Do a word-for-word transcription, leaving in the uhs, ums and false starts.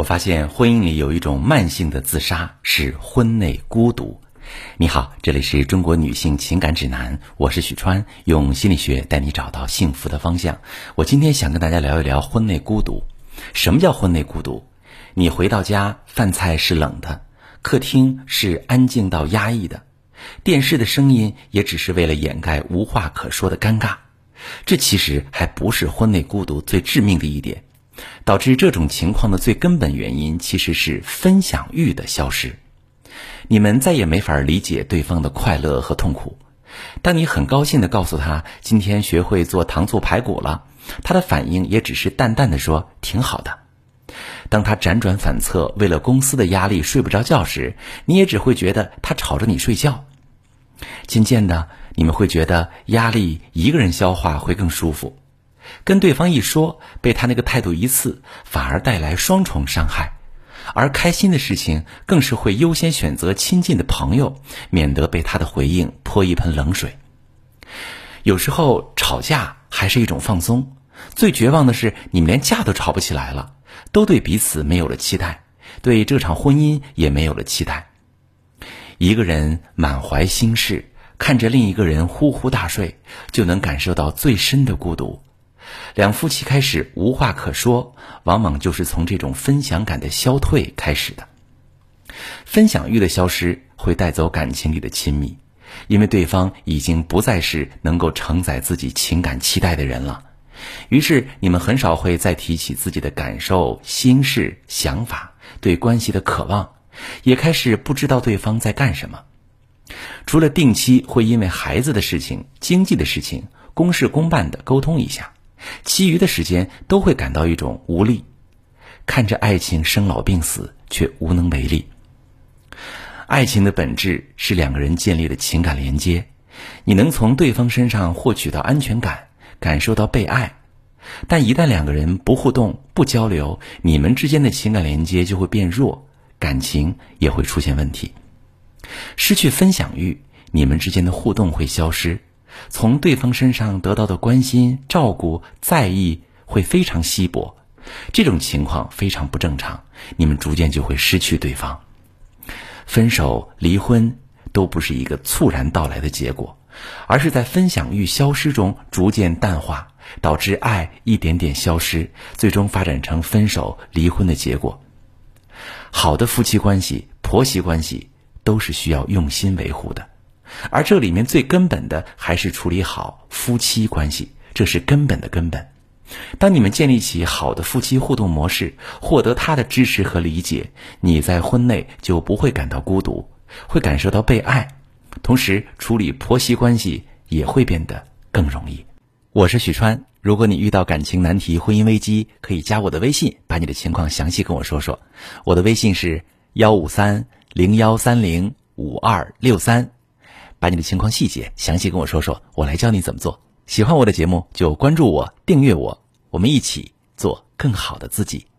我发现婚姻里有一种慢性的自杀，是婚内孤独。你好，这里是中国女性情感指南，我是许川，用心理学带你找到幸福的方向。我今天想跟大家聊一聊婚内孤独。什么叫婚内孤独？你回到家，饭菜是冷的，客厅是安静到压抑的，电视的声音也只是为了掩盖无话可说的尴尬。这其实还不是婚内孤独最致命的一点，导致这种情况的最根本原因其实是分享欲的消失。你们再也没法理解对方的快乐和痛苦。当你很高兴地告诉他今天学会做糖醋排骨了，他的反应也只是淡淡地说挺好的。当他辗转反侧，为了公司的压力睡不着觉时，你也只会觉得他吵着你睡觉。渐渐的，你们会觉得压力一个人消化会更舒服，跟对方一说，被他那个态度一刺，反而带来双重伤害。而开心的事情更是会优先选择亲近的朋友，免得被他的回应泼一盆冷水。有时候吵架还是一种放松，最绝望的是你们连架都吵不起来了，都对彼此没有了期待，对这场婚姻也没有了期待。一个人满怀心事，看着另一个人呼呼大睡，就能感受到最深的孤独。两夫妻开始无话可说，往往就是从这种分享感的消退开始的。分享欲的消失会带走感情里的亲密，因为对方已经不再是能够承载自己情感期待的人了。于是你们很少会再提起自己的感受、心事、想法，对关系的渴望，也开始不知道对方在干什么。除了定期会因为孩子的事情、经济的事情公事公办地沟通一下，其余的时间都会感到一种无力，看着爱情生老病死，却无能为力。爱情的本质是两个人建立的情感连接，你能从对方身上获取到安全感，感受到被爱。但一旦两个人不互动、不交流，你们之间的情感连接就会变弱，感情也会出现问题。失去分享欲，你们之间的互动会消失，从对方身上得到的关心、照顾、在意会非常稀薄。这种情况非常不正常，你们逐渐就会失去对方。分手、离婚都不是一个猝然到来的结果，而是在分享欲消失中逐渐淡化，导致爱一点点消失，最终发展成分手、离婚的结果。好的夫妻关系、婆媳关系都是需要用心维护的，而这里面最根本的还是处理好夫妻关系，这是根本的根本。当你们建立起好的夫妻互动模式，获得他的支持和理解，你在婚内就不会感到孤独，会感受到被爱，同时处理婆媳关系也会变得更容易。我是许川，如果你遇到感情难题、婚姻危机，可以加我的微信，把你的情况详细跟我说说。我的微信是一五三零一三零五二六三，把你的情况细节详细跟我说说，我来教你怎么做。喜欢我的节目就关注我、订阅我，我们一起做更好的自己。